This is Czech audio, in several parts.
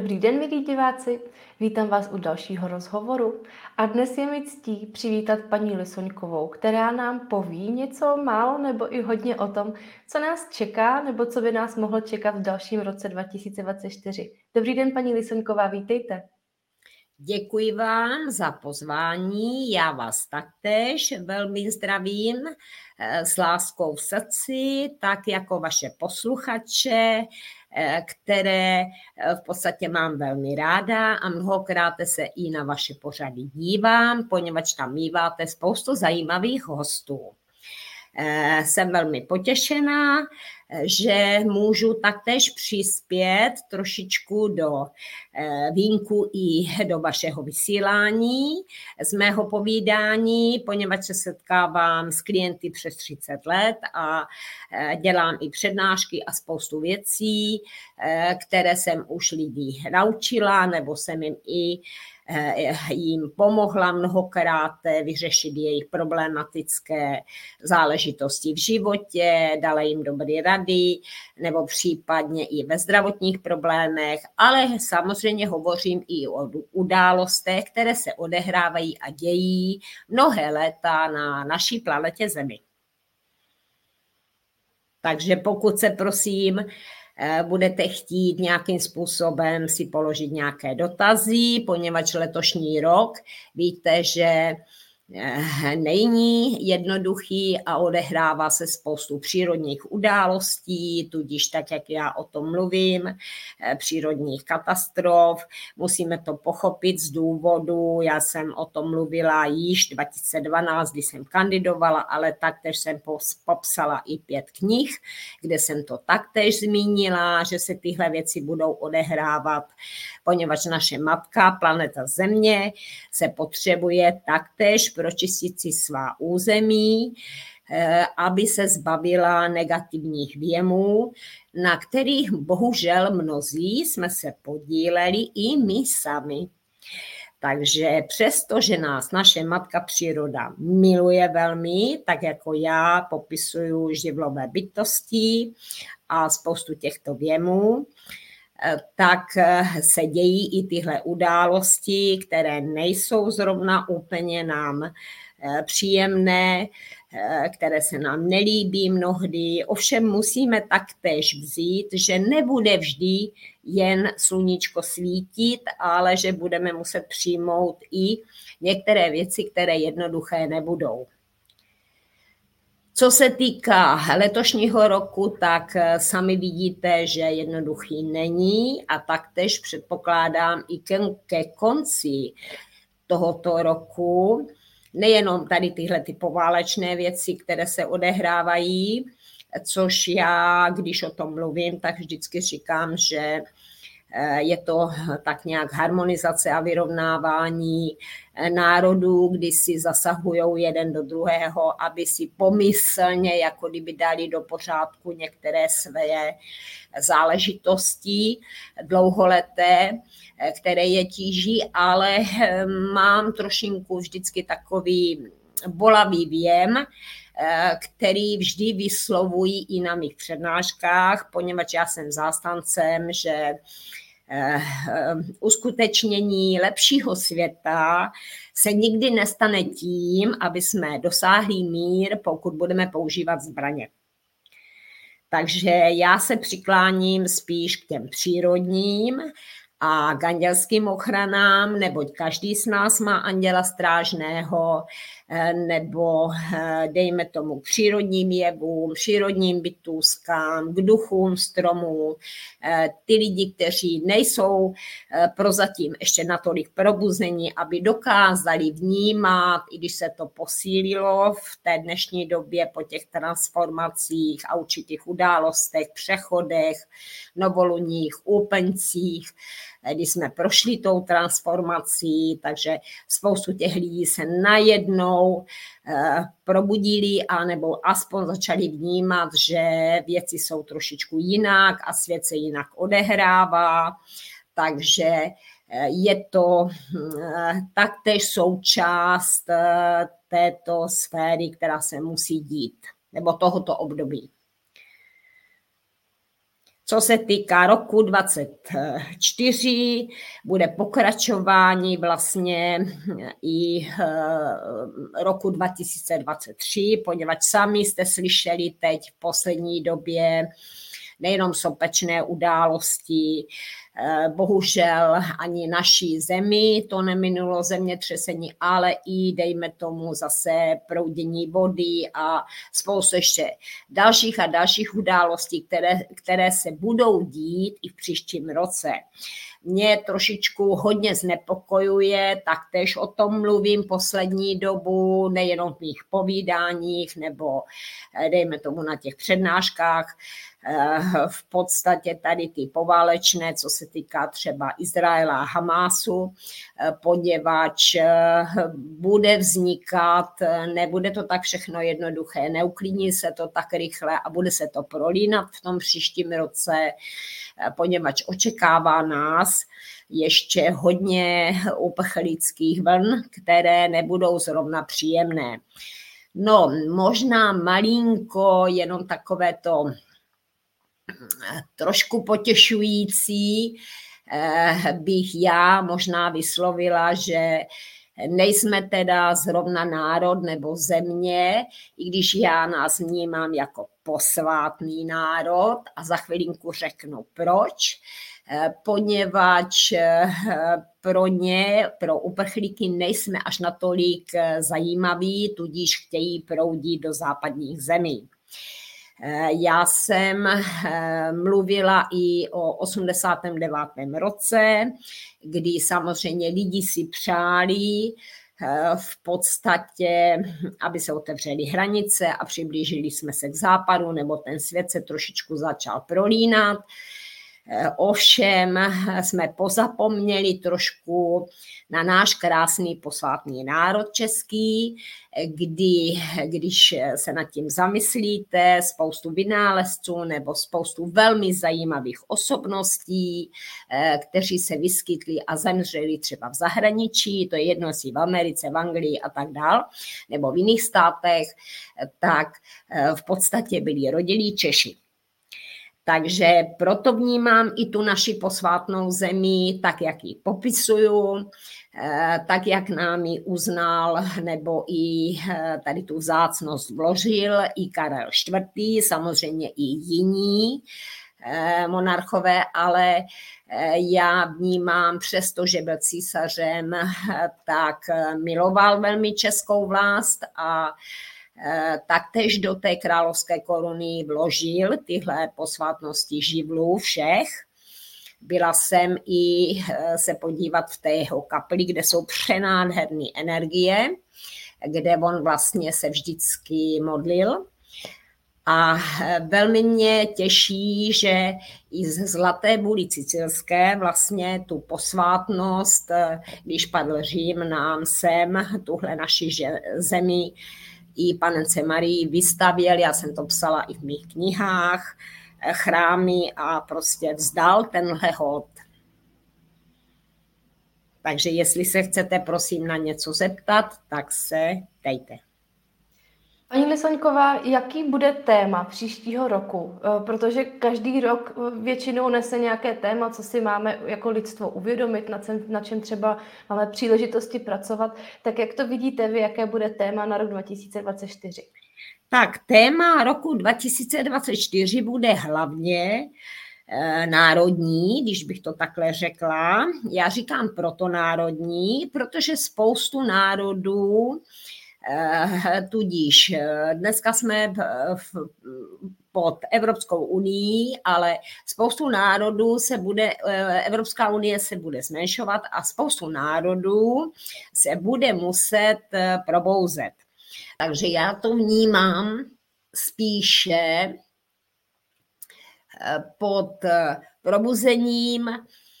Dobrý den, milí diváci, vítám vás u dalšího rozhovoru a dnes je mi ctí přivítat paní Lisoňkovou, která nám poví něco málo nebo i hodně o tom, co nás čeká nebo co by nás mohlo čekat v dalším roce 2024. Dobrý den, paní Lisoňková, vítejte. Děkuji vám za pozvání, já vás taktéž velmi zdravím s láskou v srdci, tak jako vaše posluchače, které v podstatě mám velmi ráda a mnohokrát se i na vaše pořady dívám, poněvadž tam míváte spoustu zajímavých hostů. Jsem velmi potěšená, že můžu taktéž přispět trošičku do vínku i do vašeho vysílání, z mého povídání, poněvadž se setkávám s klienty přes 30 let a dělám i přednášky a spoustu věcí, které jsem už lidí naučila, nebo jsem jim pomohla mnohokrát vyřešit jejich problematické záležitosti v životě, dala jim dobré rady, nebo případně i ve zdravotních problémech, ale samozřejmě hovořím i o událostech, které se odehrávají a dějí mnohé léta na naší planetě Zemi. Takže pokud se prosím budete chtít nějakým způsobem si položit nějaké dotazy, poněvadž letošní rok, víte, že není jednoduchý a odehrává se spoustu přírodních událostí, tudíž tak, jak já o tom mluvím, přírodních katastrof. Musíme to pochopit z důvodu, já jsem o tom mluvila již 2012, kdy jsem kandidovala, ale taktéž jsem popsala i 5 knih, kde jsem to taktéž zmínila, že se tyhle věci budou odehrávat, poněvadž naše matka, planeta Země, se potřebuje taktéž pročistit si svá území, aby se zbavila negativních věmů, na kterých bohužel mnozí jsme se podíleli i my sami. Takže přesto, že nás naše matka příroda miluje velmi, tak jako já popisuju živlové bytosti a spoustu těchto věmů, tak se dějí i tyhle události, které nejsou zrovna úplně nám příjemné, které se nám nelíbí mnohdy. Ovšem musíme taktéž vzít, že nebude vždy jen sluníčko svítit, ale že budeme muset přijmout i některé věci, které jednoduché nebudou. Co se týká letošního roku, tak sami vidíte, že jednoduchý není a taktéž předpokládám i ke konci tohoto roku, nejenom tady tyhle poválečné věci, které se odehrávají, což já, když o tom mluvím, tak vždycky říkám, že je to tak nějak harmonizace a vyrovnávání národů, kdy si zasahují jeden do druhého, aby si pomyslně, jako kdyby dali do pořádku některé své záležitosti dlouholeté, které je tíží, ale mám trošinku vždycky takový bolavý věm, který vždy vyslovují i na mých přednáškách, poněvadž já jsem zástancem, že uskutečnění lepšího světa se nikdy nestane tím, aby jsme dosáhli mír, pokud budeme používat zbraně. Takže já se přikláním spíš k těm přírodním a k andělským ochranám, neboť každý z nás má anděla strážného, nebo dejme tomu k přírodním jevům, přírodním bytůzkám, k duchům stromů. Ty lidi, kteří nejsou prozatím ještě natolik probuzení, aby dokázali vnímat, i když se to posílilo v té dnešní době po těch transformacích a určitých událostech, přechodech, novoluních, úplňcích, kdy jsme prošli tou transformací, takže spoustu těch lidí se najednou probudili anebo aspoň začali vnímat, že věci jsou trošičku jinak a svět se jinak odehrává, takže je to taktéž součást této sféry, která se musí dít, nebo tohoto období. Co se týká roku 2024, bude pokračování vlastně i roku 2023, poněvadž sami jste slyšeli teď v poslední době nejenom sopečné události, bohužel ani naší zemi to neminulo zemětřesení, ale i dejme tomu zase proudění vody a spoustu ještě dalších a dalších událostí, které se budou dít i v příštím roce. Mě trošičku hodně znepokojuje, taktéž o tom mluvím poslední dobu, nejenom v mých povídáních nebo dejme tomu na těch přednáškách, v podstatě tady ty poválečné, co se týká třeba Izraela a Hamásu, poněvadž bude vznikat, nebude to tak všechno jednoduché, neuklidní se to tak rychle a bude se to prolínat v tom příštím roce, poněvadž očekává nás ještě hodně uprchlických vln, které nebudou zrovna příjemné. No, možná malinko, jenom takové to trošku potěšující bych já možná vyslovila, že nejsme teda zrovna národ nebo země, i když já nás vnímám jako posvátný národ a za chvilinku řeknu proč, poněvadž pro uprchlíky nejsme až natolik zajímaví, tudíž chtějí proudit do západních zemí. Já jsem mluvila i o 89. roce, kdy samozřejmě lidi si přáli v podstatě, aby se otevřely hranice a přiblížili jsme se k západu, nebo ten svět se trošičku začal prolínat. Ovšem jsme pozapomněli trošku na náš krásný posvátný národ český, když se nad tím zamyslíte, spoustu vynálezců nebo spoustu velmi zajímavých osobností, kteří se vyskytli a zemřeli třeba v zahraničí, to je jedno, jestli v Americe, v Anglii a tak dál, nebo v jiných státech, tak v podstatě byli rodilí Češi. Takže proto vnímám i tu naši posvátnou zemi, tak jak ji popisuju, tak jak nám ji uznal nebo i tady tu vzácnost vložil i Karel IV., samozřejmě i jiní monarchové, ale já vnímám přesto, že byl císařem, tak miloval velmi českou vlast a taktéž do té královské koruny vložil tyhle posvátnosti živlů všech. Byla jsem i se podívat v té jeho kapli, kde jsou přenádherné energie, kde on vlastně se vždycky modlil. A velmi mě těší, že i z Zlaté Buly Sicilské vlastně tu posvátnost, když padl Řím, nám sem, tuhle naši zemi, i Panence Marii vystavěl, já jsem to psala i v mých knihách, chrámy a prostě vzdal tenhle hod. Takže jestli se chcete prosím na něco zeptat, tak se ptejte. Paní Lisoňková, jaký bude téma příštího roku? Protože každý rok většinou nese nějaké téma, co si máme jako lidstvo uvědomit, na čem třeba máme příležitosti pracovat. Tak jak to vidíte vy, jaké bude téma na rok 2024? Tak téma roku 2024 bude hlavně národní, když bych to takhle řekla. Já říkám proto národní, protože spoustu národů, tudíž dneska jsme pod Evropskou unii, ale spoustu národů Evropská unie se bude zmenšovat a spoustu národů se bude muset probouzet. Takže já to vnímám spíše pod probuzením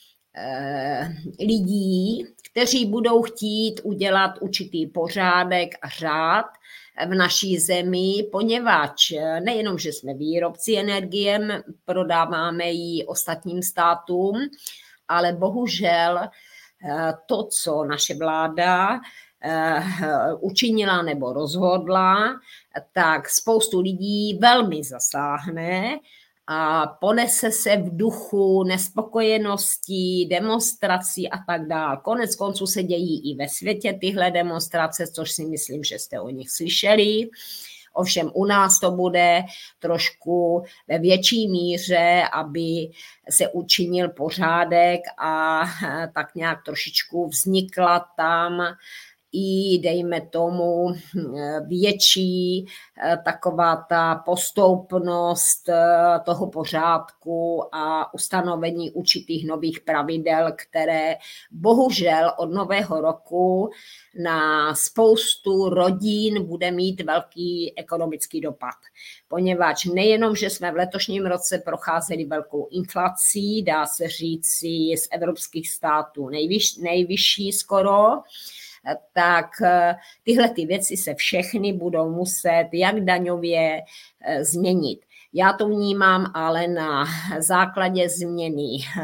lidí, kteří budou chtít udělat určitý pořádek a řád v naší zemi, poněvadž nejenom, že jsme výrobci energie, prodáváme ji ostatním státům, ale bohužel to, co naše vláda učinila nebo rozhodla, tak spoustu lidí velmi zasáhne a ponese se v duchu nespokojeností, demonstrací a tak dále. Konec konců se dějí i ve světě tyhle demonstrace, což si myslím, že jste o nich slyšeli. Ovšem u nás to bude trošku ve větší míře, aby se učinil pořádek a tak nějak trošičku vznikla tam i dejme tomu větší taková ta postoupnost toho pořádku a ustanovení určitých nových pravidel, které bohužel od nového roku na spoustu rodin bude mít velký ekonomický dopad. Poněvadž nejenom, že jsme v letošním roce procházeli velkou inflací, dá se říci z evropských států nejvyšší skoro, tak tyhle ty věci se všechny budou muset jak daňově změnit. Já to vnímám ale na základě změny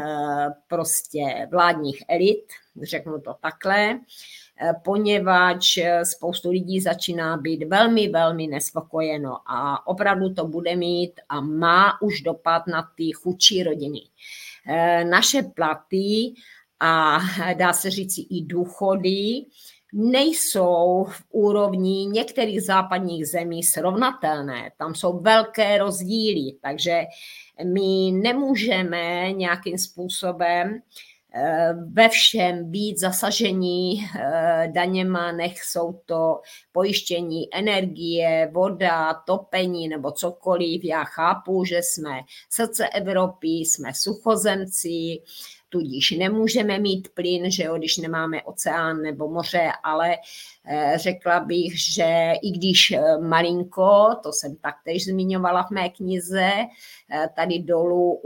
prostě vládních elit, řeknu to takhle, poněvadž spoustu lidí začíná být velmi, velmi nespokojeno a opravdu to bude mít a má už dopad na ty chudší rodiny. Naše platy a dá se říct i důchody nejsou v úrovni některých západních zemí srovnatelné. Tam jsou velké rozdíly, takže my nemůžeme nějakým způsobem ve všem být zasažení daněma, nech jsou to pojištění energie, voda, topení nebo cokoliv. Já chápu, že jsme srdce Evropy, jsme suchozemci, tudíž nemůžeme mít plyn, že jo, když nemáme oceán nebo moře, ale řekla bych, že i když malinko, to jsem taktéž zmiňovala v mé knize, tady dolů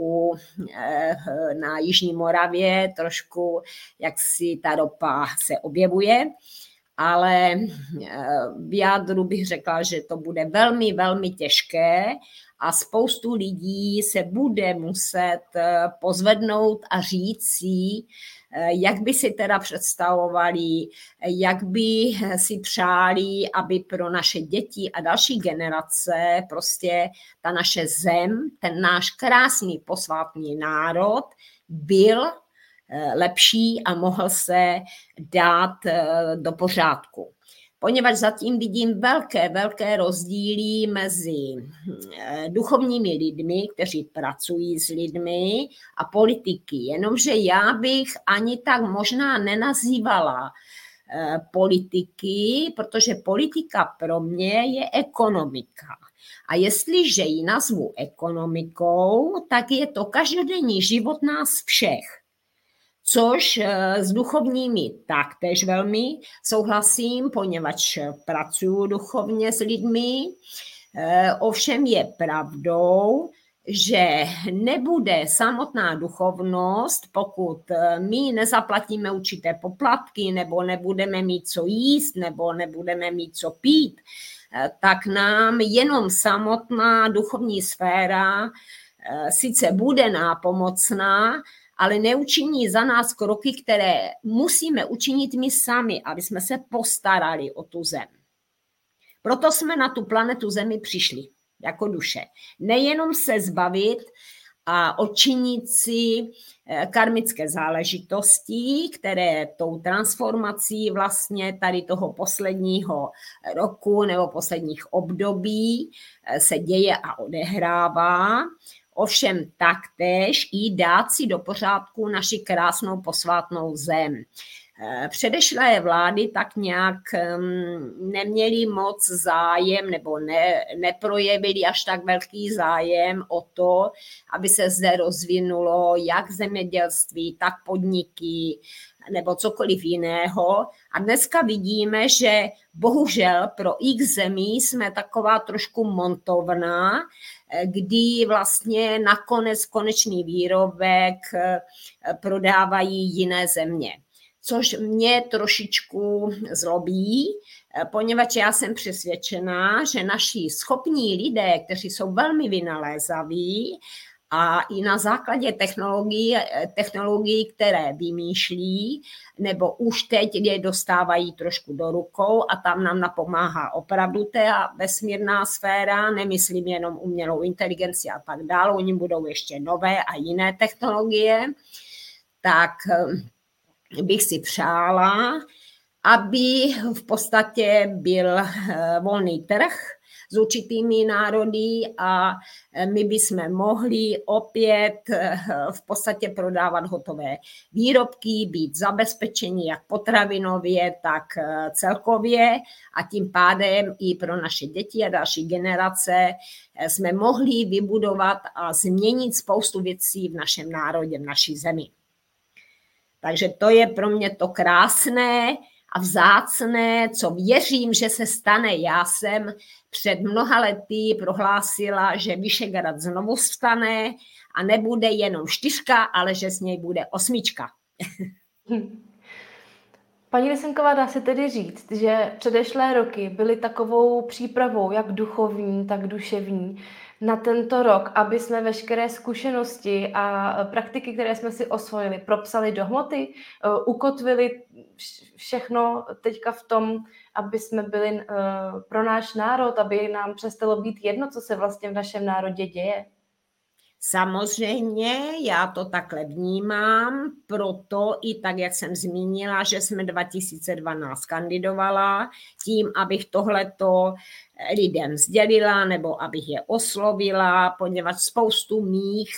na Jižní Moravě trošku, jak si ta ropa se objevuje, ale v jádru bych řekla, že to bude velmi, velmi těžké a spoustu lidí se bude muset pozvednout a říct si, jak by si teda představovali, jak by si přáli, aby pro naše děti a další generace prostě ta naše zem, ten náš krásný posvátný národ byl lepší a mohl se dát do pořádku. Poněvadž zatím vidím velké rozdíly mezi duchovními lidmi, kteří pracují s lidmi a politiky. Jenomže já bych ani tak možná nenazývala politiky, protože politika pro mě je ekonomika. A jestliže ji nazvu ekonomikou, tak je to každodenní život nás všech. Což s duchovními taktéž velmi souhlasím, poněvadž pracuji duchovně s lidmi. Ovšem je pravdou, že nebude samotná duchovnost, pokud my nezaplatíme určité poplatky, nebo nebudeme mít co jíst, nebo nebudeme mít co pít, tak nám jenom samotná duchovní sféra sice bude nápomocná, ale neučiní za nás kroky, které musíme učinit my sami, aby jsme se postarali o tu zem. Proto jsme na tu planetu Zemi přišli jako duše. Nejenom se zbavit a odčinit si karmické záležitosti, které tou transformací vlastně tady toho posledního roku nebo posledních období se děje a odehrává. Ovšem taktéž i dát si do pořádku naši krásnou posvátnou zem. Předešlé vlády tak nějak neměly moc zájem nebo neprojevili až tak velký zájem o to, aby se zde rozvinulo jak zemědělství, tak podniky nebo cokoliv jiného. A dneska vidíme, že bohužel pro x zemí jsme taková trošku montovna, kdy vlastně nakonec konečný výrobek prodávají jiné země. Což mě trošičku zlobí, poněvadž já jsem přesvědčená, že naši schopní lidé, kteří jsou velmi vynalézaví A i na základě technologií, které vymýšlí, nebo už teď je dostávají trošku do rukou a tam nám napomáhá opravdu ta vesmírná sféra, nemyslím jenom umělou inteligenci a tak dále, oni budou ještě nové a jiné technologie, tak bych si přála, aby v podstatě byl volný trh s určitými národy a my bychom mohli opět v podstatě prodávat hotové výrobky, být zabezpečeni jak potravinově, tak celkově a tím pádem i pro naše děti a další generace jsme mohli vybudovat a změnit spoustu věcí v našem národě, v naší zemi. Takže to je pro mě to krásné a vzácné, co věřím, že se stane. Já jsem před mnoha lety prohlásila, že Vyšehrad znovu vstane a nebude jenom 4, ale že z něj bude 8. Paní Lisonková, dá se tedy říct, že předešlé roky byly takovou přípravou, jak duchovní, tak duševní, na tento rok, aby jsme veškeré zkušenosti a praktiky, které jsme si osvojili, propsali do hmoty, ukotvili všechno teďka v tom, aby jsme byli pro náš národ, aby nám přestalo být jedno, co se vlastně v našem národě děje. Samozřejmě, já to takhle vnímám, proto i tak, jak jsem zmínila, že jsme 2012 kandidovala, tím, abych tohleto lidem sdělila nebo abych je oslovila, poněvadž spoustu mých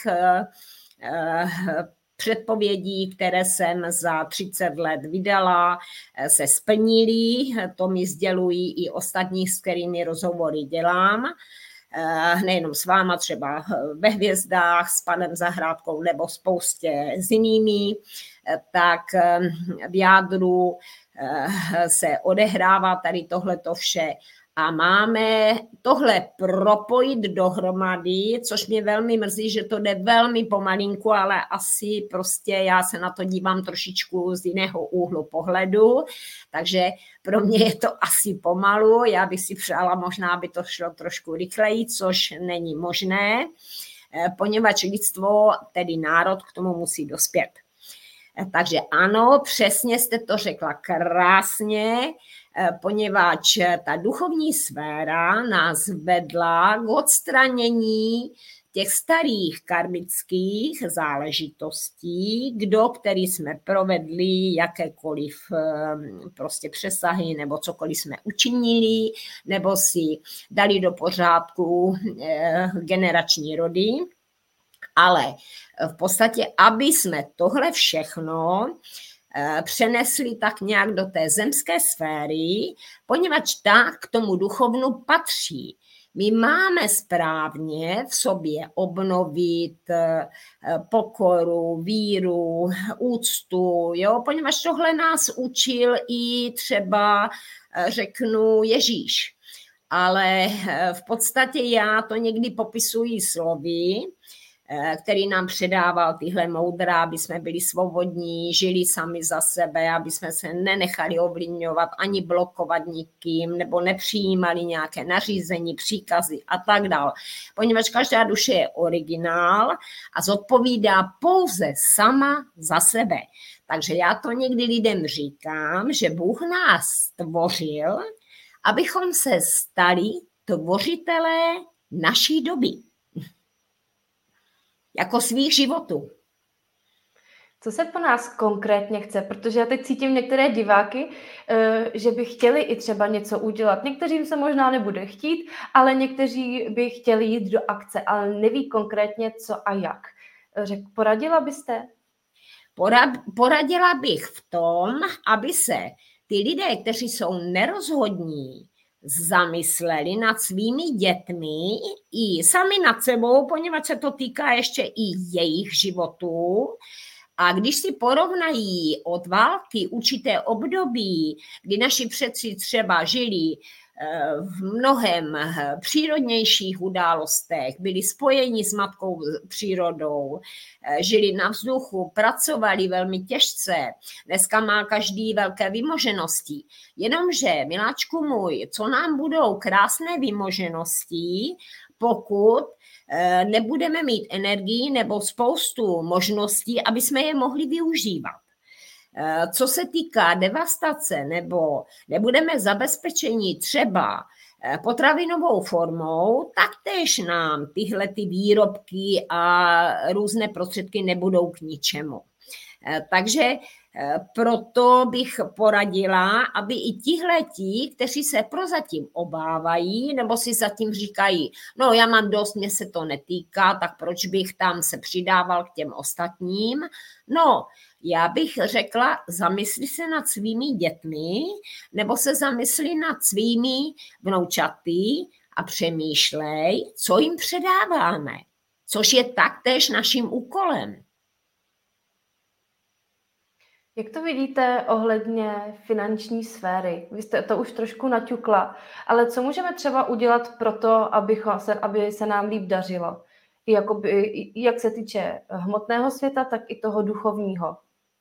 předpovědí, které jsem za 30 let vydala, se splnily. To mi sdělují i ostatní, s kterými rozhovory dělám. Nejenom s váma, třeba ve Hvězdách, s panem Zahrádkou nebo spoustě s jinými, tak v jádru se odehrává tady tohleto vše. A máme tohle propojit dohromady, což mě velmi mrzí, že to jde velmi pomalinku, ale asi prostě já se na to dívám trošičku z jiného úhlu pohledu, takže pro mě je to asi pomalu, já bych si přála možná, aby to šlo trošku rychleji, což není možné, poněvadž lidstvo, tedy národ, k tomu musí dospět. Takže ano, přesně jste to řekla krásně, poněvadž ta duchovní sféra nás vedla k odstranění těch starých karmických záležitostí, který jsme provedli jakékoliv prostě přesahy nebo cokoliv jsme učinili, nebo si dali do pořádku generační rody. Ale v podstatě, aby jsme tohle všechno přenesli tak nějak do té zemské sféry, poněvadž ta k tomu duchovnu patří. My máme správně v sobě obnovit pokoru, víru, úctu, jo? Poněvadž tohle nás učil i třeba, řeknu, Ježíš. Ale v podstatě já to někdy popisuji slovy, který nám předával tyhle moudra, aby jsme byli svobodní, žili sami za sebe, aby jsme se nenechali ovlivňovat ani blokovat nikým, nebo nepřijímali nějaké nařízení, příkazy a tak dále. Poněvadž každá duše je originál a zodpovídá pouze sama za sebe. Takže já to někdy lidem říkám, že Bůh nás stvořil, abychom se stali tvořitelé naší doby. Jako svých životů. Co se po nás konkrétně chce? Protože já teď cítím některé diváky, že by chtěli i třeba něco udělat. Někteří se možná nebude chtít, ale někteří by chtěli jít do akce, ale neví konkrétně co a jak. Poradila byste? Poradila bych v tom, aby se ty lidé, kteří jsou nerozhodní, zamysleli nad svými dětmi i sami nad sebou, poněvadž se to týká ještě i jejich životů. A když si porovnají od války určité období, kdy naši předci třeba žili v mnohem přírodnějších událostech, byli spojeni s matkou přírodou, žili na vzduchu, pracovali velmi těžce. Dneska má každý velké vymoženosti. Jenomže, miláčku můj, co nám budou krásné vymoženosti, pokud nebudeme mít energii nebo spoustu možností, aby jsme je mohli využívat. Co se týká devastace nebo nebudeme zabezpečeni třeba potravinovou formou, taktéž nám tyhle ty výrobky a různé prostředky nebudou k ničemu. Takže proto bych poradila, aby i tihleti, kteří se prozatím obávají, nebo si zatím říkají, no já mám dost, mě se to netýká, tak proč bych tam se přidával k těm ostatním. No, já bych řekla, zamysli se nad svými dětmi, nebo se zamysli nad svými vnoučaty a přemýšlej, co jim předáváme, což je taktéž naším úkolem. Jak to vidíte ohledně finanční sféry? Vy jste to už trošku naťukla, ale co můžeme třeba udělat pro to, aby se nám líp dařilo? Jak se týče hmotného světa, tak i toho duchovního.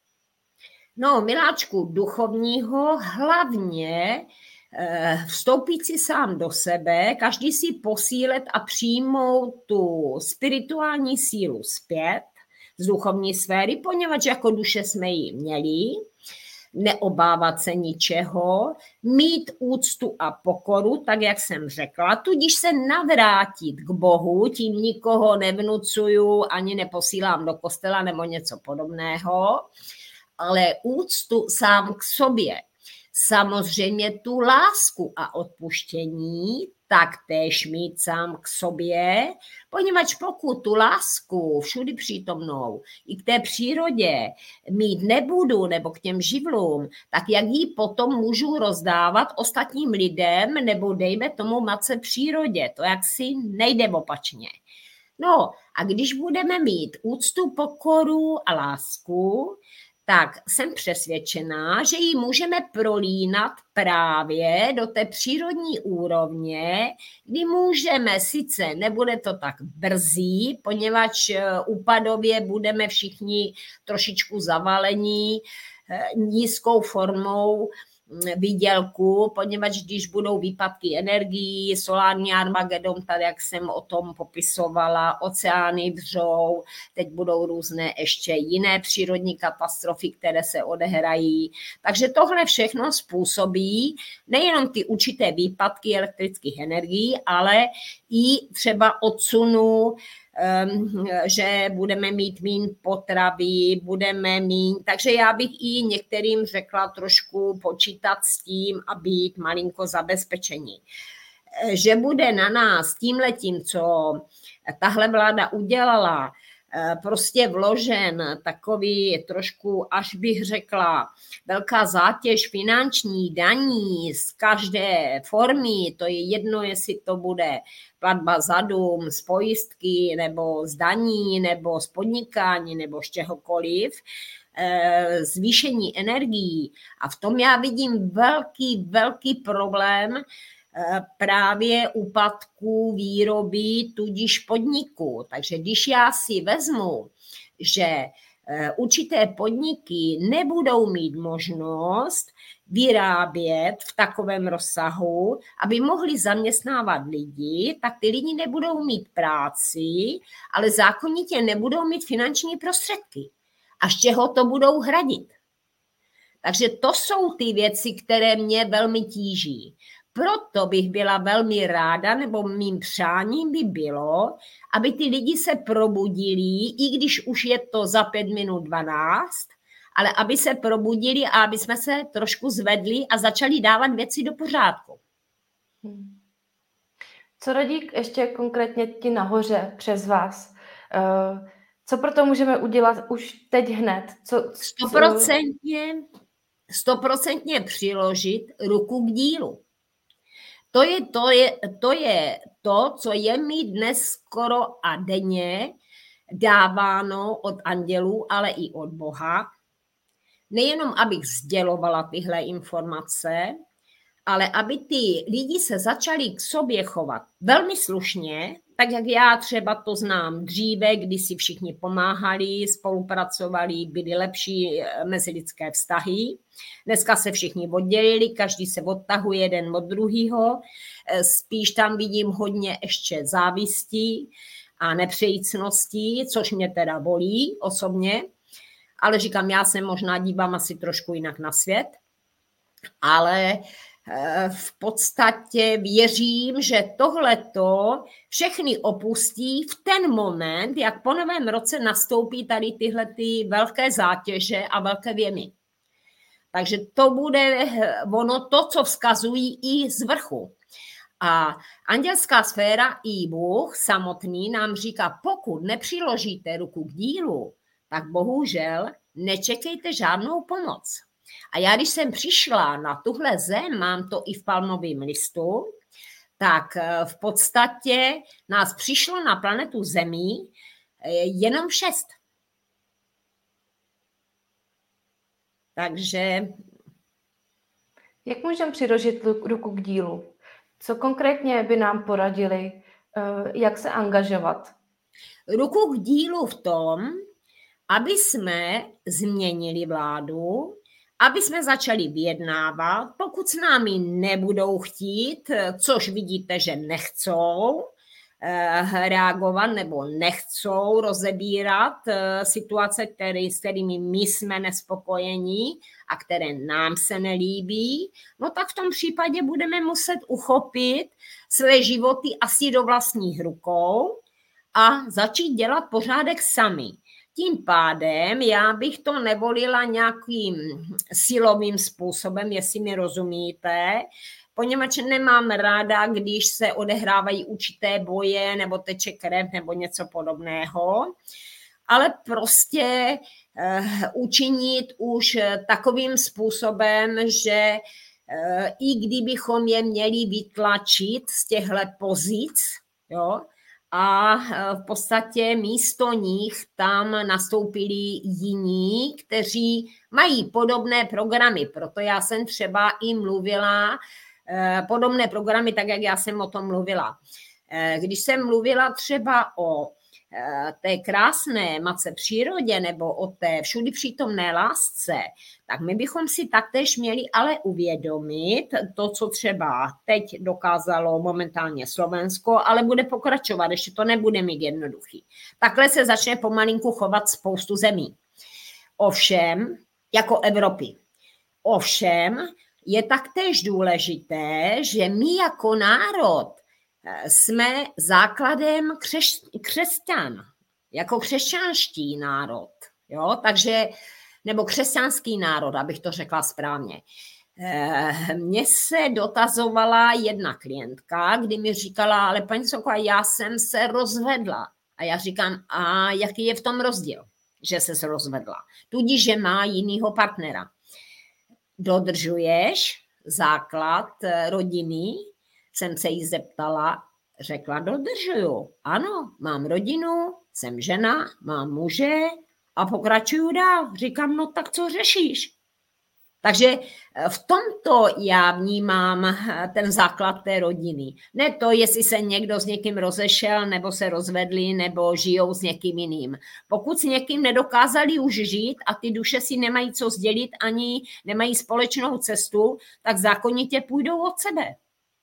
No, miláčku, duchovního hlavně vstoupit si sám do sebe, každý si posílit a přijmout tu spirituální sílu zpět z duchovní sféry, poněvadž jako duše jsme ji měli, neobávat se ničeho, mít úctu a pokoru, tak jak jsem řekla, tudíž se navrátit k Bohu, tím nikoho nevnucuju, ani neposílám do kostela nebo něco podobného, ale úctu sám k sobě. Samozřejmě tu lásku a odpuštění taktéž mít sám k sobě, poněvadž pokud tu lásku všudy přítomnou i k té přírodě mít nebudu nebo k těm živlům, tak jak ji potom můžu rozdávat ostatním lidem nebo dejme tomu matce přírodě, to jaksi nejde opačně. No a když budeme mít úctu, pokoru a lásku, tak jsem přesvědčená, že ji můžeme prolínat právě do té přírodní úrovně, kdy můžeme, sice nebude to tak brzy, poněvadž úpadově budeme všichni trošičku zavalení nízkou formou výdělku, poněvadž když budou výpadky energií, solární Armagedon, tady jak jsem o tom popisovala, oceány vřou, teď budou různé ještě jiné přírodní katastrofy, které se odehrají. Takže tohle všechno způsobí nejenom ty určité výpadky elektrických energií, ale i třeba odsunu, že budeme mít míň potravy, budeme míň, takže já bych i některým řekla trošku počítat s tím a být malinko zabezpečení. Že bude na nás tímhletím, co tahle vláda udělala, prostě vložen takový trošku, až bych řekla, velká zátěž finanční, daní z každé formy, to je jedno, jestli to bude platba za dům, z pojistky, nebo z daní, nebo z podnikání, nebo z čehokoliv, zvýšení energií. A v tom já vidím velký problém právě úpadku výroby, tudíž podniku. Takže když já si vezmu, že určité podniky nebudou mít možnost vyrábět v takovém rozsahu, aby mohli zaměstnávat lidi, tak ty lidi nebudou mít práci, ale zákonitě nebudou mít finanční prostředky. A z čeho to budou hradit? Takže to jsou ty věci, které mě velmi tíží. Proto bych byla velmi ráda, nebo mým přáním by bylo, aby ty lidi se probudili, i když už je to za 5 minut 12, ale aby se probudili a aby jsme se trošku zvedli a začali dávat věci do pořádku. Co radí ještě konkrétně ti nahoře přes vás? Co pro to můžeme udělat už teď hned? 100% přiložit ruku k dílu. To je to, co je mi dnes skoro a denně dáváno od andělů, ale i od Boha. Nejenom, abych sdělovala tyhle informace, ale aby ty lidi se začali k sobě chovat velmi slušně, tak jak já třeba to znám dříve, kdy si všichni pomáhali, spolupracovali, byly lepší mezilidské vztahy. Dneska se všichni oddělili, každý se odtahuje jeden od druhého. Spíš tam vidím hodně ještě závistí a nepřejícností, což mě teda bolí osobně, ale říkám, já se možná dívám asi trošku jinak na svět, ale v podstatě věřím, že tohleto všechny opustí v ten moment, jak po novém roce nastoupí tady tyhle ty velké zátěže a velké věmy. Takže to bude ono to, co vzkazují i z vrchu. A andělská sféra i Bůh samotný nám říká, pokud nepřiložíte ruku k dílu, tak bohužel nečekejte žádnou pomoc. A já, když jsem přišla na tuhle zem, mám to i v palmovém listu, tak v podstatě nás přišlo na planetu Zemí jenom 6. Takže... Jak můžeme přiložit ruku k dílu? Co konkrétně by nám poradili, jak se angažovat? Ruku k dílu v tom, aby jsme změnili vládu, aby jsme začali vyjednávat, pokud s námi nebudou chtít, což vidíte, že nechcou reagovat nebo nechcou rozebírat situace, s kterými my jsme nespokojení a které nám se nelíbí, no tak v tom případě budeme muset uchopit své životy asi do vlastních rukou a začít dělat pořádek sami. Tím pádem já bych to nevolila nějakým silovým způsobem, jestli mi rozumíte, poněvadž nemám ráda, když se odehrávají určité boje nebo teče krev nebo něco podobného, ale prostě učinit už takovým způsobem, že i kdybychom je měli vytlačit z těchto pozic, jo, a v podstatě místo nich tam nastoupili jiní, kteří mají podobné programy. Proto já jsem třeba i mluvila podobné programy, tak jak já jsem o tom mluvila. Když jsem mluvila třeba o té krásné matce přírodě nebo o té všudy přítomné lásce, tak my bychom si taktéž měli ale uvědomit to, co třeba teď dokázalo momentálně Slovensko, ale bude pokračovat, ještě to nebude mít jednoduchý. Takhle se začne pomalinku chovat spoustu zemí. Ovšem, jako Evropy. Ovšem, je taktéž důležité, že my jako národ jsme základem křesťan, jako křesťanští národ, jo? Takže, nebo křesťanský národ, abych to řekla správně. Mně se dotazovala jedna klientka, kdy mi říkala, ale paní Sokolová, já jsem se rozvedla. A já říkám, a jaký je v tom rozdíl, že se rozvedla? Tudíž, že má jinýho partnera. Dodržuješ základ rodiny? Jsem se jí zeptala, řekla, dodržuju. Ano, mám rodinu, jsem žena, mám muže a pokračuju dál. Říkám, no tak co řešíš? Takže v tomto já vnímám ten základ té rodiny. Ne to, jestli se někdo s někým rozešel, nebo se rozvedli, nebo žijou s někým jiným. Pokud s někým nedokázali už žít a ty duše si nemají co sdělit, ani nemají společnou cestu, tak zákonitě půjdou od sebe.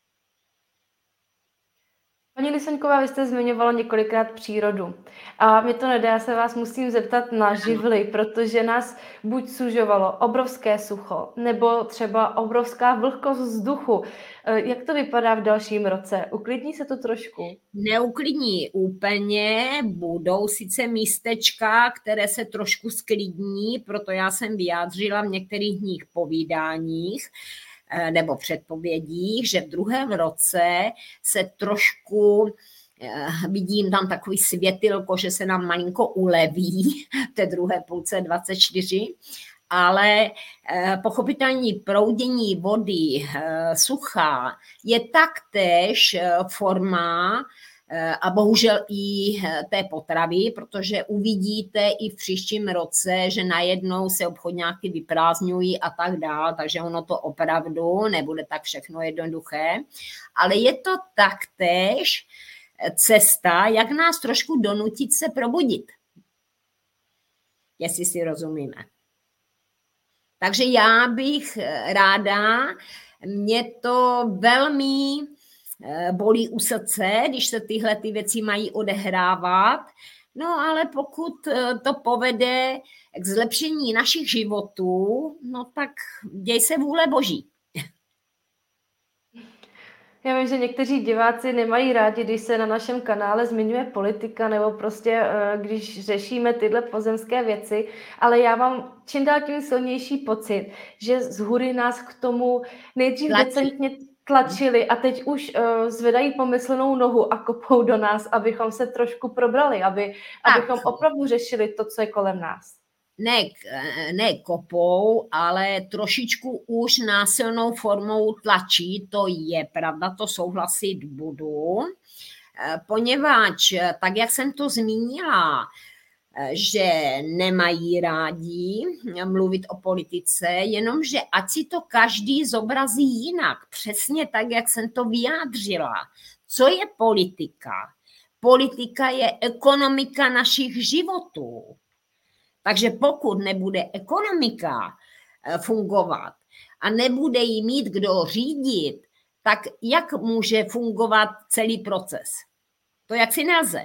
Paní Lisoňková, vy jste zmiňovala několikrát přírodu. A mě to nedá, já se vás musím zeptat na živly, protože nás buď sužovalo obrovské sucho, nebo třeba obrovská vlhkost vzduchu. Jak to vypadá v dalším roce? Uklidní se to trošku? Neuklidní úplně, budou sice místečka, které se trošku sklidní, proto já jsem vyjádřila v některých mých povídáních, nebo předpovědích, že v druhém roce se trošku, vidím tam takový světylko, že se nám malinko uleví v té druhé půlce 24, ale pochopitelně proudění vody, sucha je taktéž forma a bohužel i té potravy, protože uvidíte i v příštím roce, že najednou se obchodňáky vyprázdňují a tak dál, takže ono to opravdu nebude tak všechno jednoduché, ale je to taktéž cesta, jak nás trošku donutit se probudit, jestli si rozumíme. Takže já bych ráda, mě to velmi bolí u srdce, když se tyhle ty věci mají odehrávat. No ale pokud to povede k zlepšení našich životů, no tak děj se vůle Boží. Já vím, že někteří diváci nemají rádi, když se na našem kanále zmiňuje politika nebo prostě když řešíme tyhle pozemské věci, ale já mám čím dál tím silnější pocit, že z hůry nás k tomu nejdřív decentně tlačili a teď už zvedají pomyslnou nohu a kopou do nás, abychom se trošku probrali, abychom opravdu řešili to, co je kolem nás. Ne kopou, ale trošičku už násilnou formou tlačí, to je pravda, to souhlasit budu, poněvadž, tak jak jsem to zmínila, že nemají rádi mluvit o politice, jenomže ať si to každý zobrazí jinak, přesně tak, jak jsem to vyjádřila. Co je politika? Politika je ekonomika našich životů. Takže pokud nebude ekonomika fungovat a nebude jí mít kdo řídit, tak jak může fungovat celý proces? To jaksi nelze.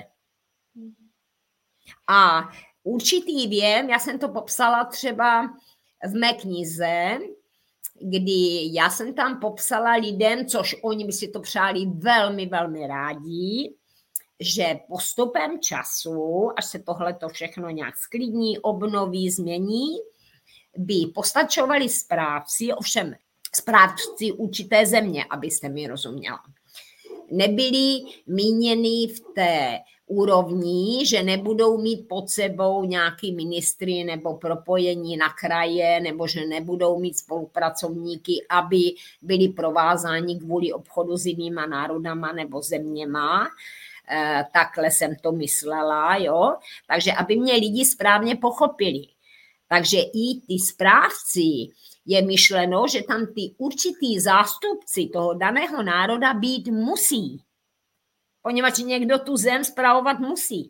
A určitý věm, já jsem to popsala třeba v mé knize, kdy já jsem tam popsala lidem, což oni by si to přáli velmi, velmi rádi, že postupem času, až se tohleto všechno nějak sklidní, obnoví, změní, by postačovali správci, ovšem správci určité země, abyste mi rozuměla. Nebyli míněni v té úrovni, že nebudou mít pod sebou nějaký ministry nebo propojení na kraje, nebo že nebudou mít spolupracovníky, aby byli provázáni kvůli obchodu s jinýma národama nebo zeměma. Takhle jsem to myslela, jo. Takže aby mě lidi správně pochopili. Takže i ty správci je myšleno, že tam ty určitý zástupci toho daného národa být musí. Poněvadž někdo tu zem spravovat musí.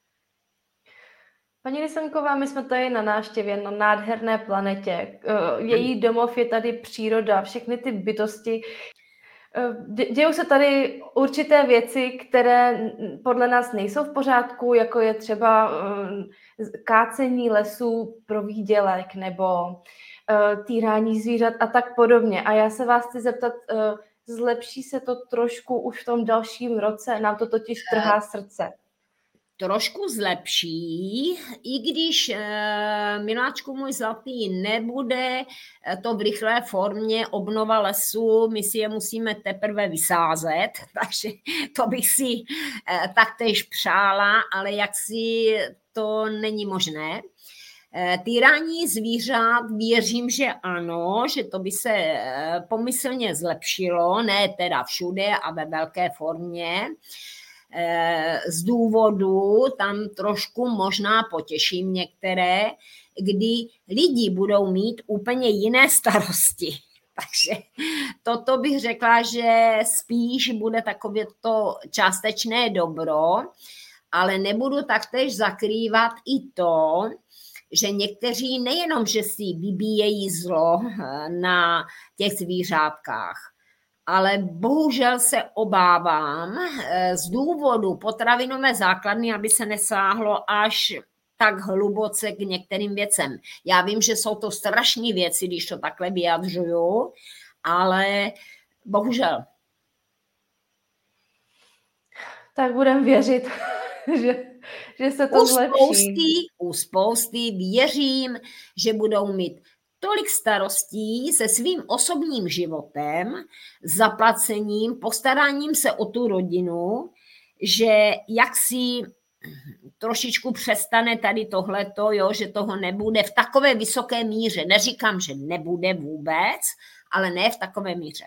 Paní Lisonková, my jsme tady na návštěvě na nádherné planetě. Její domov je tady příroda, všechny ty bytosti. Dějou se tady určité věci, které podle nás nejsou v pořádku, jako je třeba kácení lesů pro výdělek nebo týrání zvířat a tak podobně. A já se vás chci zeptat, zlepší se to trošku už v tom dalším roce? Nám to totiž trhá srdce. Trošku zlepší, i když, miláčku můj zlatý, nebude to v rychlé formě obnova lesů, my si je musíme teprve vysázet, takže to bych si taktéž přála, ale jaksi to není možné. Týrání zvířat věřím, že ano, že to by se pomyslně zlepšilo, ne teda všude a ve velké formě. Z důvodu, tam trošku možná potěším některé, kdy lidi budou mít úplně jiné starosti. Takže toto bych řekla, že spíš bude takové to částečné dobro, ale nebudu taktéž zakrývat i to, že někteří nejenom, že si vybíjejí zlo na těch zvířátkách, ale bohužel se obávám z důvodu potravinové základny, aby se nesáhlo až tak hluboce k některým věcem. Já vím, že jsou to strašné věci, když to takhle vyjadřuju, ale bohužel. Tak budem věřit, že se to zlepší. U spousty věřím, že budou mít tolik starostí se svým osobním životem, zaplacením, postaráním se o tu rodinu, že jaksi trošičku přestane tady tohleto, jo, že toho nebude v takové vysoké míře. Neříkám, že nebude vůbec, ale ne v takové míře.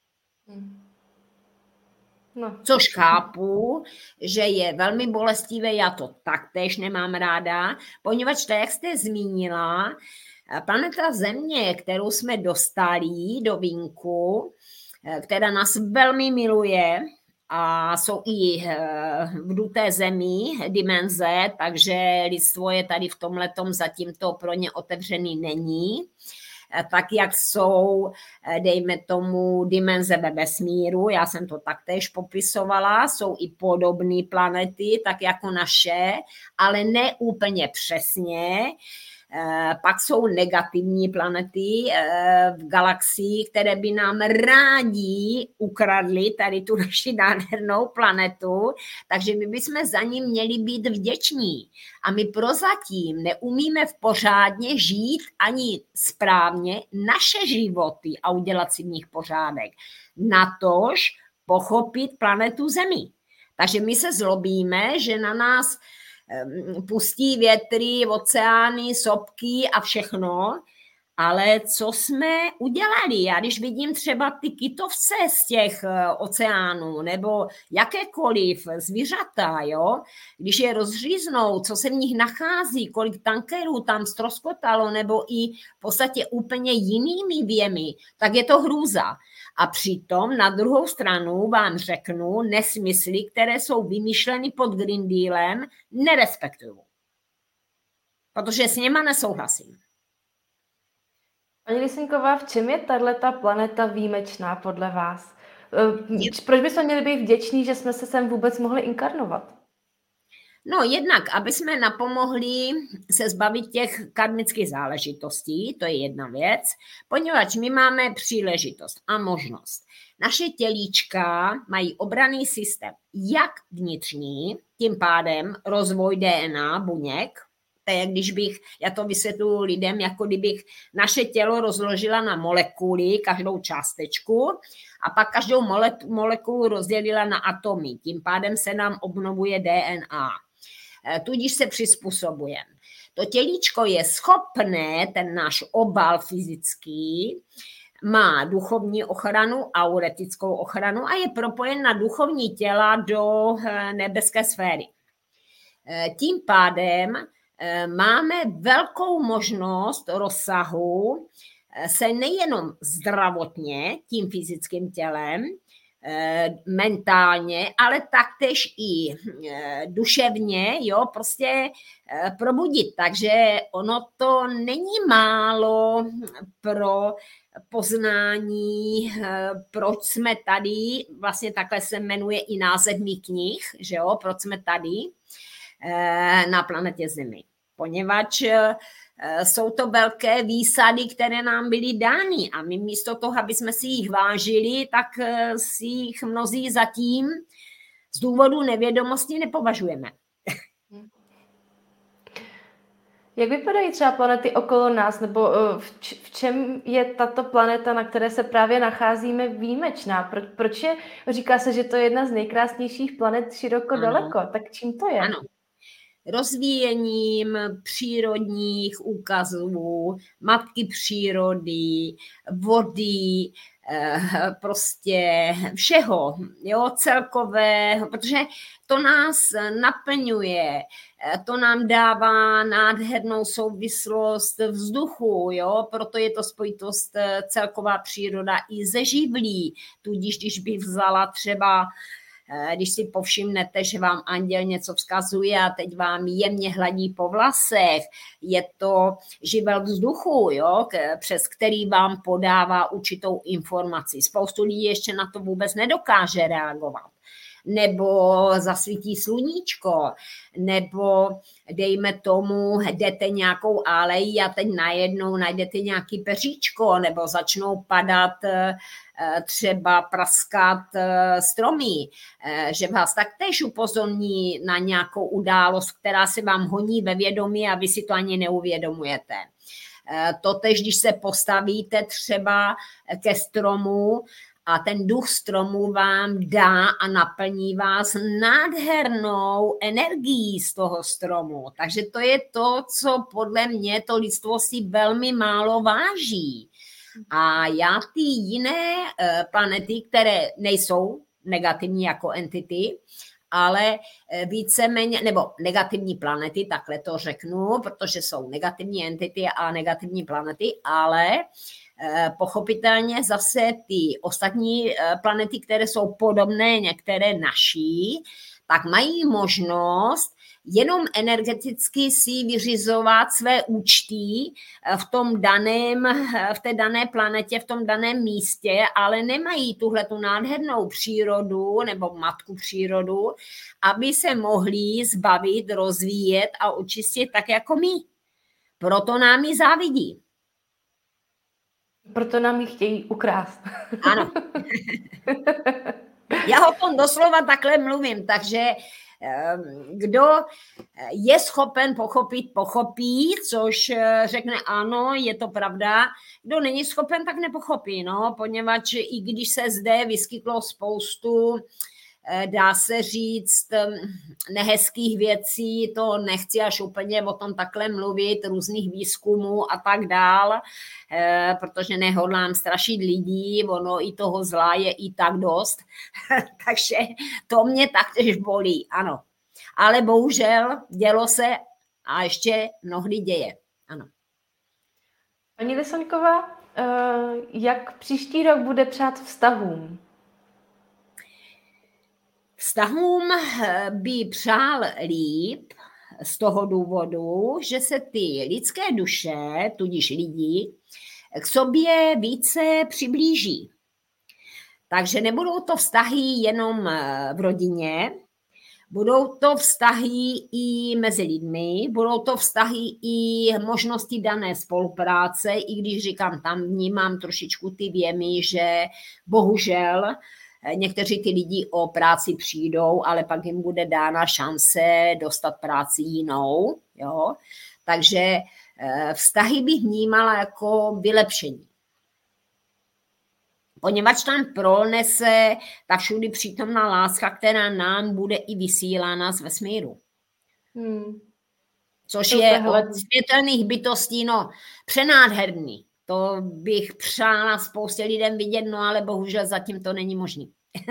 No. Což chápu, že je velmi bolestivé, já to taktéž nemám ráda, poněvadž tak, jak jste zmínila, planeta Země, kterou jsme dostali do vínku, která nás velmi miluje a jsou i v duté zemi dimenze, takže lidstvo je tady v tomhletom zatím to pro ně otevřený není. tak jak jsou, dejme tomu, dimenze ve vesmíru, já jsem to taktéž popisovala, jsou i podobné planety, tak jako naše, ale ne úplně přesně. Pak jsou negativní planety v galaxii, které by nám rádi ukradly tady tu naši nádhernou planetu, takže my bychom za ní měli být vděční. A my prozatím neumíme v pořádně žít ani správně naše životy a udělat si v nich pořádek. Natož pochopit planetu Zemi. Takže my se zlobíme, že na nás pustí větry, oceány, sopky a všechno, ale co jsme udělali? Já když vidím třeba ty kytovce z těch oceánů nebo jakékoliv zvířata, jo, když je rozříznou, co se v nich nachází, kolik tankerů tam ztroskotalo nebo i v podstatě úplně jinými věmi, tak je to hrůza. A přitom na druhou stranu vám řeknu, nesmysly, které jsou vymyšleny pod Green Dealem, nerespektuju. Protože s něma nesouhlasím. Paní Lisonková, v čem je tato planeta výjimečná podle vás? Proč bychom měli být vděční, že jsme se sem vůbec mohli inkarnovat? No jednak, aby jsme napomohli se zbavit těch karmických záležitostí, to je jedna věc, poněvadž my máme příležitost a možnost. Naše tělíčka mají obranný systém, jak vnitřní, tím pádem rozvoj DNA buněk, to je, já to vysvětluji lidem, jako kdybych naše tělo rozložila na molekuly, každou částečku, a pak každou molekulu rozdělila na atomy. Tím pádem se nám obnovuje DNA. Tudíž se přizpůsobujeme. To tělíčko je schopné, ten náš obal fyzický, má duchovní ochranu, auretickou ochranu a je propojen na duchovní těla do nebeské sféry. Tím pádem máme velkou možnost rozsahu se nejenom zdravotně tím fyzickým tělem, mentálně, ale taktéž i duševně, jo, prostě probudit. Takže ono to není málo pro poznání, proč jsme tady, vlastně takhle se jmenuje i název mých knih, že jo, proč jsme tady na planetě Zemi. Poněvadž jsou to velké výsady, které nám byly dány a my místo toho, aby jsme si jich vážili, tak si jich mnozí zatím z důvodu nevědomosti nepovažujeme. Jak vypadají třeba planety okolo nás, nebo v čem je tato planeta, na které se právě nacházíme, výjimečná? Proč je, říká se, že to je jedna z nejkrásnějších planet široko daleko, tak čím to je? Ano. Rozvíjením přírodních úkazů, matky přírody, vody, prostě všeho, jo, celkového, protože to nás naplňuje, to nám dává nádhernou souvislost vzduchu, jo, proto je to spojitost celková příroda i ze živlí, tudíž když bych vzala třeba, když si povšimnete, že vám anděl něco vzkazuje a teď vám jemně hladí po vlasech, je to živel vzduchu, jo, přes který vám podává určitou informaci. Spoustu lidí ještě na to vůbec nedokáže reagovat. Nebo zasvítí sluníčko, nebo dejme tomu, jdete nějakou alejí a teď najednou najdete nějaký peříčko, nebo začnou padat třeba praskat stromy, že vás taktéž upozorní na nějakou událost, která se vám honí ve vědomí a vy si to ani neuvědomujete. Totež, když se postavíte třeba ke stromu, a ten duch stromu vám dá a naplní vás nádhernou energií z toho stromu. Takže to je to, co podle mě to lidstvo si velmi málo váží. A já ty jiné planety, které nejsou negativní jako entity, ale víceméně, nebo negativní planety, takhle to řeknu, protože jsou negativní entity a negativní planety, ale pochopitelně zase ty ostatní planety, které jsou podobné některé naší, tak mají možnost jenom energeticky si vyřizovat své účty v té dané planetě, v tom daném místě, ale nemají tuhletu nádhernou přírodu nebo matku přírodu, aby se mohli zbavit, rozvíjet a očistit tak jako my. Proto nám ji závidí. Proto nám ji chtějí ukrást. Ano. Já o tom doslova takhle mluvím, takže kdo je schopen pochopit, pochopí, což řekne ano, je to pravda. Kdo není schopen, tak nepochopí, no, poněvadž i když se zde vyskytlo spoustu, dá se říct, nehezkých věcí, to nechci až úplně o tom takhle mluvit, různých výzkumů a tak dál, protože nehodlám strašit lidí, ono i toho zla je i tak dost, takže to mě taktéž bolí, ano. Ale bohužel dělo se a ještě mnohdy děje, ano. Paní Lisoňková, jak příští rok bude přát vztahům? Vztahům by přál líp z toho důvodu, že se ty lidské duše, tudíž lidi, k sobě více přiblíží. Takže nebudou to vztahy jenom v rodině, budou to vztahy i mezi lidmi, budou to vztahy i možnosti dané spolupráce, i když říkám, tam vnímám trošičku ty věmy, že bohužel někteří ty lidi o práci přijdou, ale pak jim bude dána šance dostat práci jinou. Jo? Takže vztahy bych vnímala jako vylepšení. Poněvadž tam pronese ta všudy přítomná láska, která nám bude i vysílána z vesmíru. Což je od světelných bytostí přenádherný. To bych přála spoustě lidem vidět, no ale bohužel zatím to není možné.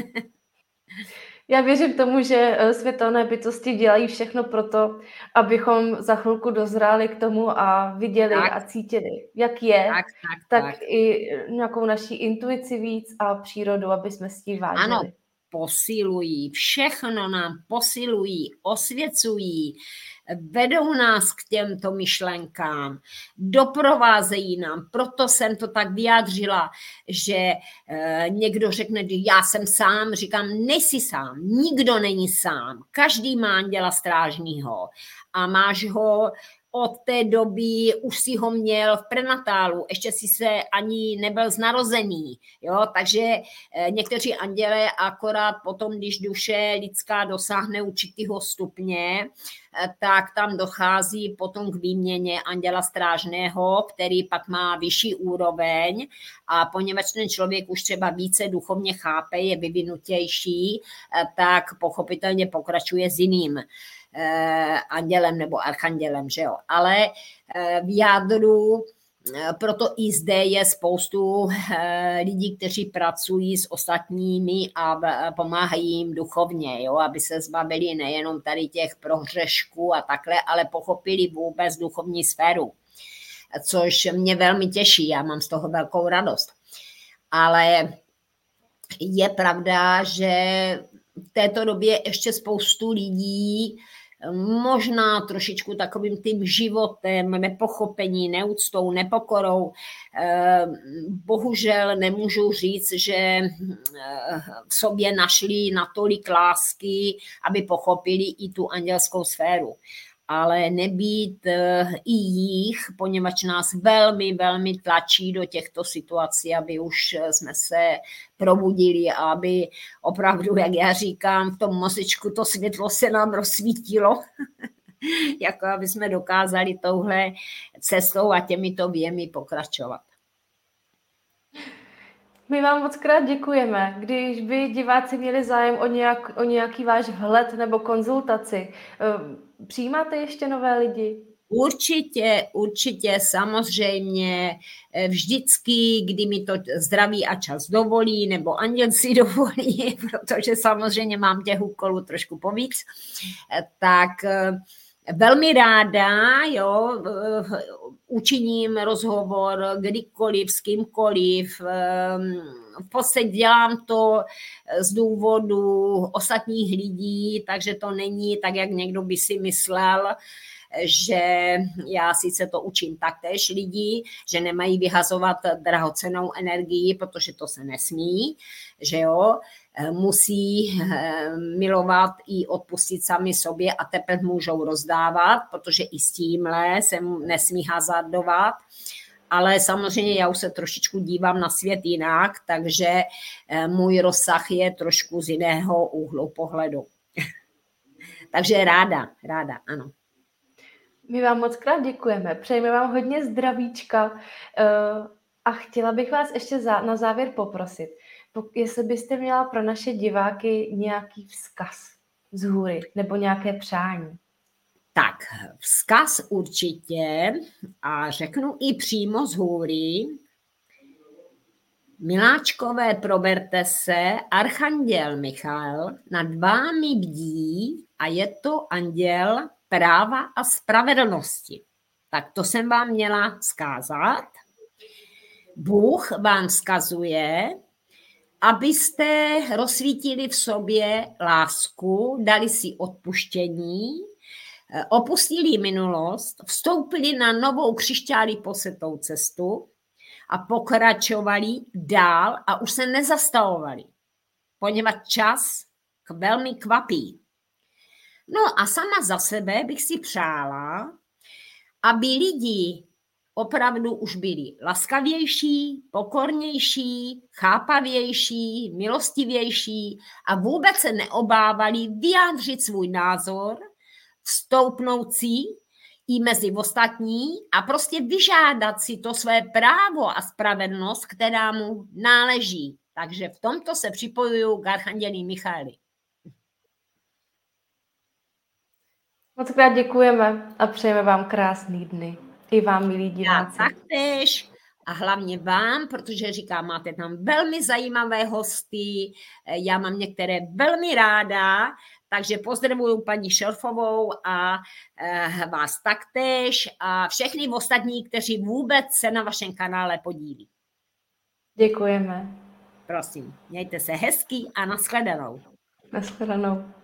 Já věřím tomu, že světelné bytosti dělají všechno pro to, abychom za chvilku dozráli k tomu a viděli a cítili, jak je, tak i nějakou naší intuici víc a přírodu, aby jsme s tím vážili. Ano, posilují, všechno nám posilují, osvěcují, vedou nás k těmto myšlenkám, doprovázejí nám. Proto jsem to tak vyjádřila, že někdo řekne, že já jsem sám, říkám, nejsi sám, nikdo není sám, každý má anděla strážního a máš ho od té doby, už si ho měl v prenatálu, ještě si se ani nebyl znarozený, jo, takže někteří anděle akorát potom, když duše lidská dosáhne určitého stupně, tak tam dochází potom k výměně anděla strážného, který pak má vyšší úroveň a poněvadž ten člověk už třeba více duchovně chápe, je vyvinutější, tak pochopitelně pokračuje s jiným andělem nebo archandělem, že jo. Ale v jádru, proto i zde je spoustu lidí, kteří pracují s ostatními a pomáhají jim duchovně, jo, aby se zbavili nejenom tady těch prohřešků a takhle, ale pochopili vůbec duchovní sféru, což mě velmi těší, já mám z toho velkou radost. Ale je pravda, že v této době ještě spoustu lidí možná trošičku takovým tím životem, nepochopení, neúctou, nepokorou. Bohužel nemůžu říct, že v sobě našli natolik lásky, aby pochopili i tu andělskou sféru. Ale nebýt i jich, poněvadž nás velmi, velmi tlačí do těchto situací, aby už jsme se probudili a aby opravdu, jak já říkám, v tom mozečku to světlo se nám rozsvítilo, jako aby jsme dokázali touhle cestou a těmito věmi pokračovat. My vám moc krát děkujeme. Když by diváci měli zájem o nějaký váš vhled nebo konzultaci, přijímáte ještě nové lidi? Určitě, samozřejmě, vždycky, kdy mi to zdraví a čas dovolí, nebo anděl si dovolí, protože samozřejmě mám těch úkolů trošku povíc, tak Velmi ráda, jo, učiním rozhovor kdykoliv, s kýmkoliv. V podstatě dělám to z důvodu ostatních lidí, takže to není tak, jak někdo by si myslel, že já sice to učím taktéž lidi, že nemají vyhazovat drahocennou energii, protože to se nesmí, že jo, musí milovat i odpustit sami sobě a teprve můžou rozdávat, protože i s tímhle se nesmí hazardovat. Ale samozřejmě já už se trošičku dívám na svět jinak, takže můj rozsah je trošku z jiného úhlu pohledu. Takže ráda, ano. My vám moc krát děkujeme, přejeme vám hodně zdravíčka a chtěla bych vás ještě na závěr poprosit, jestli byste měla pro naše diváky nějaký vzkaz z hůry nebo nějaké přání. Tak, vzkaz určitě a řeknu i přímo z hůry. Miláčkové, proberte se, archanděl Michael nad vámi bdí a je to anděl práva a spravedlnosti. Tak to jsem vám měla vzkázat. Bůh vám vzkazuje, abyste rozsvítili v sobě lásku, dali si odpuštění, opustili minulost, vstoupili na novou křišťály posetou cestu a pokračovali dál a už se nezastavovali, poněvadž čas velmi kvapí. No a sama za sebe bych si přála, aby lidi opravdu už byli laskavější, pokornější, chápavější, milostivější a vůbec se neobávali vyjádřit svůj názor, vstoupnout si i mezi ostatní a prostě vyžádat si to své právo a spravedlnost, která mu náleží. Takže v tomto se připojuju k archanděli Michaeli. Moc krát děkujeme a přejeme vám krásný dny. I vám, milí diváci. Já taktéž a hlavně vám, protože říkám, máte tam velmi zajímavé hosty, já mám některé velmi ráda, takže pozdravuju paní Šerfovou a vás taktéž a všechny ostatní, kteří vůbec se na vašem kanále podílí. Děkujeme. Prosím, mějte se hezky a nashledanou. Nashledanou.